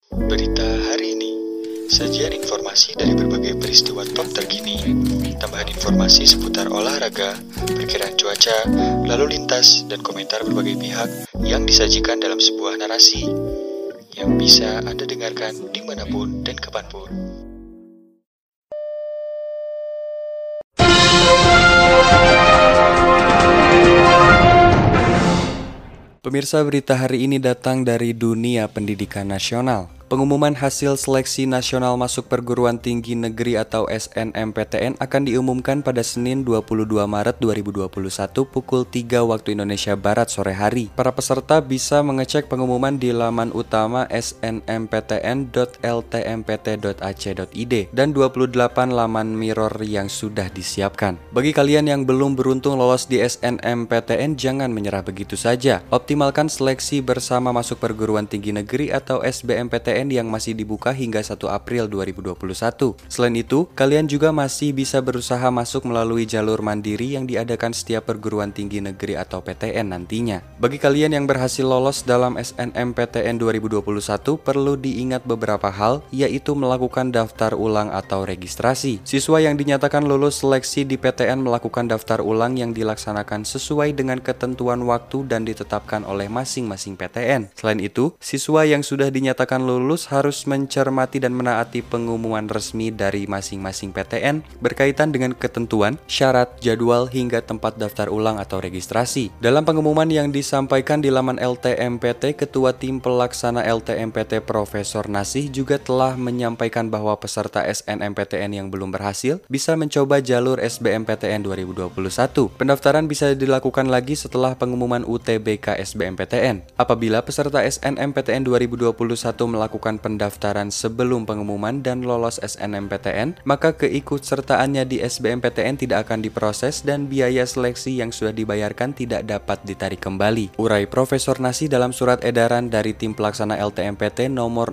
Berita hari ini, sajian informasi dari berbagai peristiwa top terkini, tambahan informasi seputar olahraga, perkiraan cuaca, lalu lintas, dan komentar berbagai pihak yang disajikan dalam sebuah narasi yang bisa Anda dengarkan dimanapun dan kapanpun. Pemirsa, berita hari ini datang dari dunia pendidikan nasional. Pengumuman hasil seleksi nasional masuk perguruan tinggi negeri atau SNMPTN akan diumumkan pada Senin 22 Maret 2021 pukul 3 waktu Indonesia Barat sore hari. Para peserta bisa mengecek pengumuman di laman utama snmptn.ltmpt.ac.id dan 28 laman mirror yang sudah disiapkan. Bagi kalian yang belum beruntung lolos di SNMPTN, jangan menyerah begitu saja. Optimalkan seleksi bersama masuk perguruan tinggi negeri atau SBMPTN yang masih dibuka hingga 1 April 2021. Selain itu, kalian juga masih bisa berusaha masuk melalui jalur mandiri yang diadakan setiap perguruan tinggi negeri atau PTN nantinya. Bagi kalian yang berhasil lolos dalam SNMPTN 2021, perlu diingat beberapa hal, yaitu melakukan daftar ulang atau registrasi. Siswa yang dinyatakan lulus seleksi di PTN melakukan daftar ulang yang dilaksanakan sesuai dengan ketentuan waktu dan ditetapkan oleh masing-masing PTN. Selain itu, siswa yang sudah dinyatakan lulus harus mencermati dan menaati pengumuman resmi dari masing-masing PTN berkaitan dengan ketentuan, syarat, jadwal, hingga tempat daftar ulang atau registrasi. Dalam pengumuman yang disampaikan di laman LTMPT, Ketua Tim Pelaksana LTMPT Profesor Nasih juga telah menyampaikan bahwa peserta SNMPTN yang belum berhasil bisa mencoba jalur SBMPTN 2021. Pendaftaran bisa dilakukan lagi setelah pengumuman UTBK SBMPTN. Apabila peserta SNMPTN 2021 melakukan pendaftaran sebelum pengumuman dan lolos SNMPTN, maka keikutsertaannya di SBMPTN tidak akan diproses dan biaya seleksi yang sudah dibayarkan tidak dapat ditarik kembali. Urai Profesor Nasih dalam surat edaran dari Tim Pelaksana LTMPT nomor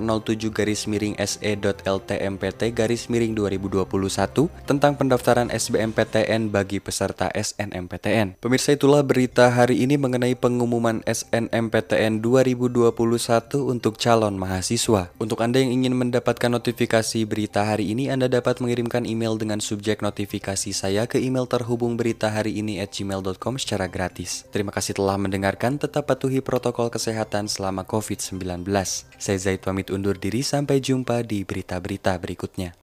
07-SE.LTMPT-2021 tentang pendaftaran SBMPTN bagi peserta SNMPTN. Pemirsa, itulah berita hari ini mengenai pengumuman SNMPTN 2021 untuk calon mahasiswa. Untuk Anda yang ingin mendapatkan notifikasi berita hari ini, Anda dapat mengirimkan email dengan subjek notifikasi saya ke email terhubung beritaharini@gmail.com secara gratis. Terima kasih telah mendengarkan, tetap patuhi protokol kesehatan selama COVID-19. Saya Zaid pamit undur diri, sampai jumpa di berita-berita berikutnya.